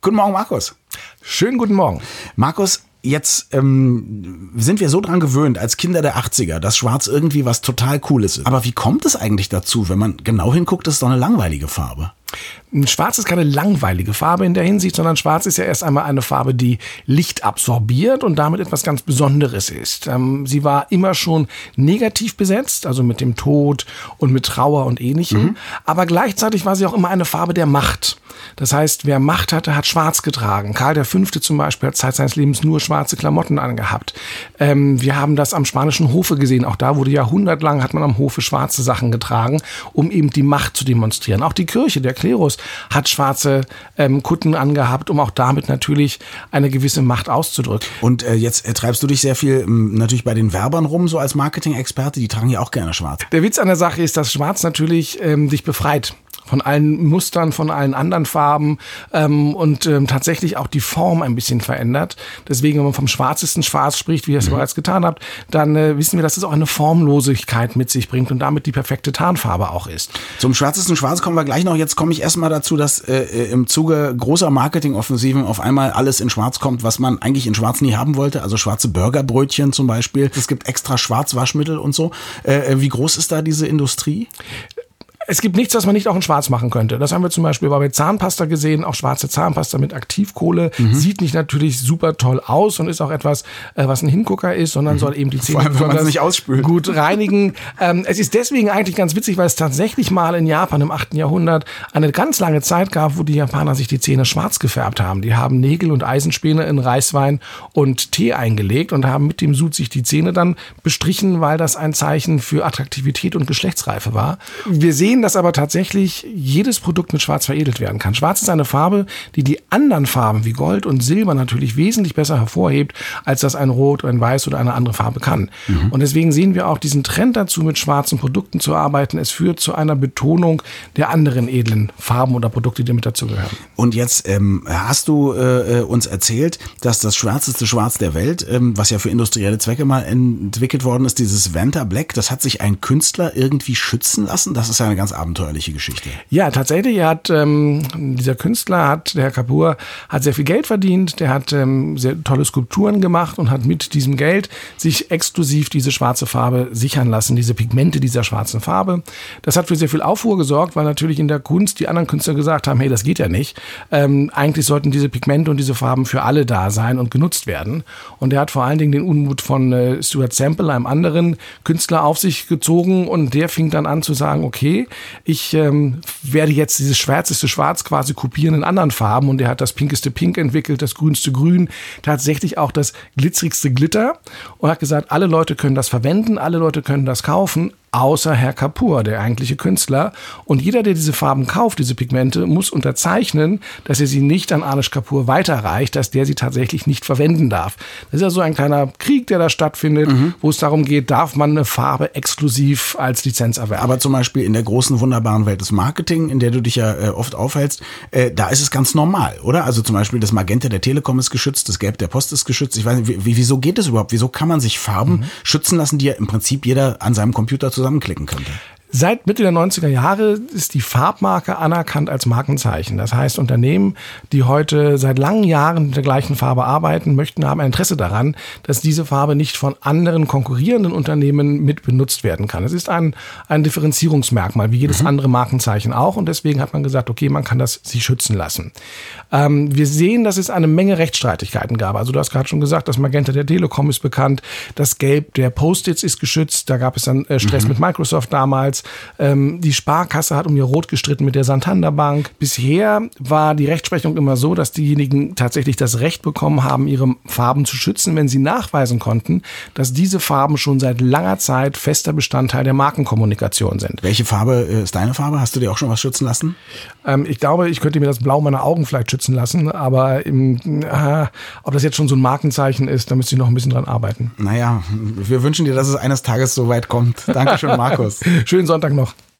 Guten Morgen, Markus. Schönen guten Morgen. Markus, jetzt sind wir so dran gewöhnt, als Kinder der 80er, dass Schwarz irgendwie was total Cooles ist. Aber wie kommt es eigentlich dazu? Wenn man genau hinguckt, ist es doch eine langweilige Farbe. Schwarz ist keine langweilige Farbe in der Hinsicht, sondern Schwarz ist ja erst einmal eine Farbe, die Licht absorbiert und damit etwas ganz Besonderes ist. Sie war immer schon negativ besetzt, also mit dem Tod und mit Trauer und Ähnlichem. Aber gleichzeitig war sie auch immer eine Farbe der Macht. Das heißt, wer Macht hatte, hat Schwarz getragen. Karl V. zum Beispiel hat Zeit seines Lebens nur schwarze Klamotten angehabt. Wir haben das am spanischen Hofe gesehen. Auch da wurde jahrhundertelang, hat man am Hofe schwarze Sachen getragen, um eben die Macht zu demonstrieren. Auch die Kirche, der Klerus, hat schwarze Kutten angehabt, um auch damit natürlich eine gewisse Macht auszudrücken. Und jetzt treibst du dich sehr viel natürlich bei den Werbern rum, so als Marketing-Experte. Die tragen ja auch gerne schwarz. Der Witz an der Sache ist, dass Schwarz natürlich dich befreit von allen Mustern, von allen anderen Farben und tatsächlich auch die Form ein bisschen verändert. Deswegen, wenn man vom schwarzesten Schwarz spricht, wie ihr es bereits getan habt, dann wissen wir, dass es auch eine Formlosigkeit mit sich bringt und damit die perfekte Tarnfarbe auch ist. Zum schwarzesten Schwarz kommen wir gleich noch. Jetzt komme ich erstmal dazu, dass im Zuge großer Marketingoffensiven auf einmal alles in Schwarz kommt, was man eigentlich in Schwarz nie haben wollte. Also schwarze Burgerbrötchen zum Beispiel. Es gibt extra Schwarzwaschmittel und so. Wie groß ist da diese Industrie? Es gibt nichts, was man nicht auch in Schwarz machen könnte. Das haben wir zum Beispiel bei Zahnpasta gesehen, auch schwarze Zahnpasta mit Aktivkohle. Sieht nicht natürlich super toll aus und ist auch etwas, was ein Hingucker ist, sondern soll eben die Zähne nicht ausspült. Gut reinigen. Es ist deswegen eigentlich ganz witzig, weil es tatsächlich mal in Japan im 8. Jahrhundert eine ganz lange Zeit gab, wo die Japaner sich die Zähne schwarz gefärbt haben. Die haben Nägel und Eisenspäne in Reiswein und Tee eingelegt und haben mit dem Sud sich die Zähne dann bestrichen, weil das ein Zeichen für Attraktivität und Geschlechtsreife war. Wir sehen, dass aber tatsächlich jedes Produkt mit Schwarz veredelt werden kann. Schwarz ist eine Farbe, die anderen Farben wie Gold und Silber natürlich wesentlich besser hervorhebt, als das ein Rot, ein Weiß oder eine andere Farbe kann. Und deswegen sehen wir auch diesen Trend dazu, mit schwarzen Produkten zu arbeiten. Es führt zu einer Betonung der anderen edlen Farben oder Produkte, die mit dazugehören. Und jetzt hast du uns erzählt, dass das schwarzeste Schwarz der Welt, was ja für industrielle Zwecke mal entwickelt worden ist, dieses Vanta Black, das hat sich ein Künstler irgendwie schützen lassen. Das ist ja eine ganz abenteuerliche Geschichte. Ja, tatsächlich hat dieser Künstler, der Herr Kapoor, hat sehr viel Geld verdient. Der hat sehr tolle Skulpturen gemacht und hat mit diesem Geld sich exklusiv diese schwarze Farbe sichern lassen, diese Pigmente dieser schwarzen Farbe. Das hat für sehr viel Aufruhr gesorgt, weil natürlich in der Kunst die anderen Künstler gesagt haben, hey, das geht ja nicht. Eigentlich sollten diese Pigmente und diese Farben für alle da sein und genutzt werden. Und er hat vor allen Dingen den Unmut von Stuart Semple, einem anderen Künstler, auf sich gezogen und der fing dann an zu sagen, okay, ich werde jetzt dieses schwärzeste Schwarz quasi kopieren in anderen Farben und er hat das pinkeste Pink entwickelt, das grünste Grün, tatsächlich auch das glitzerigste Glitter und hat gesagt, alle Leute können das verwenden, alle Leute können das kaufen, außer Herr Kapoor, der eigentliche Künstler. Und jeder, der diese Farben kauft, diese Pigmente, muss unterzeichnen, dass er sie nicht an Anish Kapoor weiterreicht, dass der sie tatsächlich nicht verwenden darf. Das ist ja so ein kleiner Krieg, der da stattfindet, wo es darum geht, darf man eine Farbe exklusiv als Lizenz erwerben. Aber zum Beispiel in der großen, wunderbaren Welt des Marketing, in der du dich ja oft aufhältst, da ist es ganz normal, oder? Also zum Beispiel das Magenta der Telekom ist geschützt, das Gelb der Post ist geschützt. Ich weiß nicht, wieso geht das überhaupt? Wieso kann man sich Farben schützen lassen, die ja im Prinzip jeder an seinem Computer zusammenklicken könnte? Seit Mitte der 90er Jahre ist die Farbmarke anerkannt als Markenzeichen. Das heißt, Unternehmen, die heute seit langen Jahren mit der gleichen Farbe arbeiten, haben ein Interesse daran, dass diese Farbe nicht von anderen konkurrierenden Unternehmen mit benutzt werden kann. Es ist ein Differenzierungsmerkmal, wie jedes andere Markenzeichen auch. Und deswegen hat man gesagt, okay, man kann das sich schützen lassen. Wir sehen, dass es eine Menge Rechtsstreitigkeiten gab. Also du hast gerade schon gesagt, das Magenta der Telekom ist bekannt, das Gelb der Post-its ist geschützt. Da gab es dann Stress mit Microsoft damals. Die Sparkasse hat um ihr Rot gestritten mit der Santander Bank. Bisher war die Rechtsprechung immer so, dass diejenigen tatsächlich das Recht bekommen haben, ihre Farben zu schützen, wenn sie nachweisen konnten, dass diese Farben schon seit langer Zeit fester Bestandteil der Markenkommunikation sind. Welche Farbe ist deine Farbe? Hast du dir auch schon was schützen lassen? Ich glaube, ich könnte mir das Blau meiner Augen vielleicht schützen lassen, aber ob das jetzt schon so ein Markenzeichen ist, da müsste ich noch ein bisschen dran arbeiten. Naja, wir wünschen dir, dass es eines Tages so weit kommt. Dankeschön, Markus. Schönen Sonntag noch.